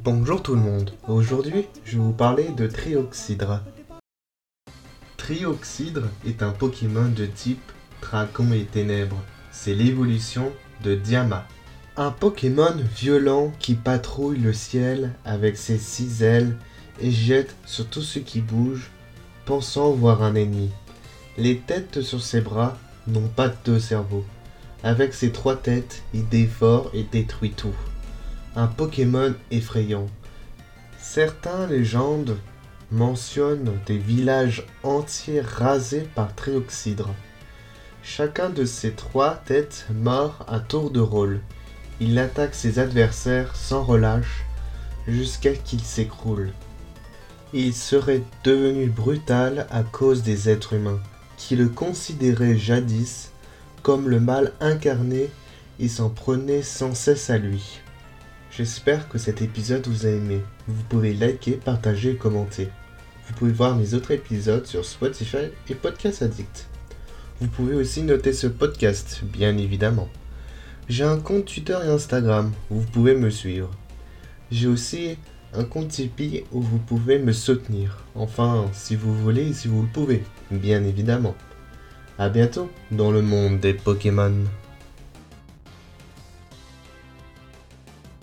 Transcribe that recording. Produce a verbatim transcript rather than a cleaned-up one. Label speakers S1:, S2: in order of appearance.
S1: Bonjour tout le monde, aujourd'hui je vais vous parler de Trioxydre. Trioxydre est un Pokémon de type Dragon et Ténèbres, c'est l'évolution de Dialga. Un Pokémon violent qui patrouille le ciel avec ses six ailes et jette sur tout ce qui bouge, pensant voir un ennemi. Les têtes sur ses bras n'ont pas de cerveau. Avec ses trois têtes, il dévore et détruit tout. Un Pokémon effrayant. Certaines légendes mentionnent des villages entiers rasés par Trioxydre. Chacun de ces trois têtes mord à tour de rôle. Il attaque ses adversaires sans relâche jusqu'à qu'ils s'écroulent. Il serait devenu brutal à cause des êtres humains, qui le considéraient jadis comme le mal incarné et s'en prenaient sans cesse à lui. J'espère que cet épisode vous a aimé. Vous pouvez liker, partager et commenter. Vous pouvez voir mes autres épisodes sur Spotify et Podcast Addict. Vous pouvez aussi noter ce podcast, bien évidemment. J'ai un compte Twitter et Instagram où vous pouvez me suivre. J'ai aussi un compte Tipeee où vous pouvez me soutenir. Enfin, si vous voulez et si vous le pouvez, bien évidemment. A bientôt dans le monde des Pokémon.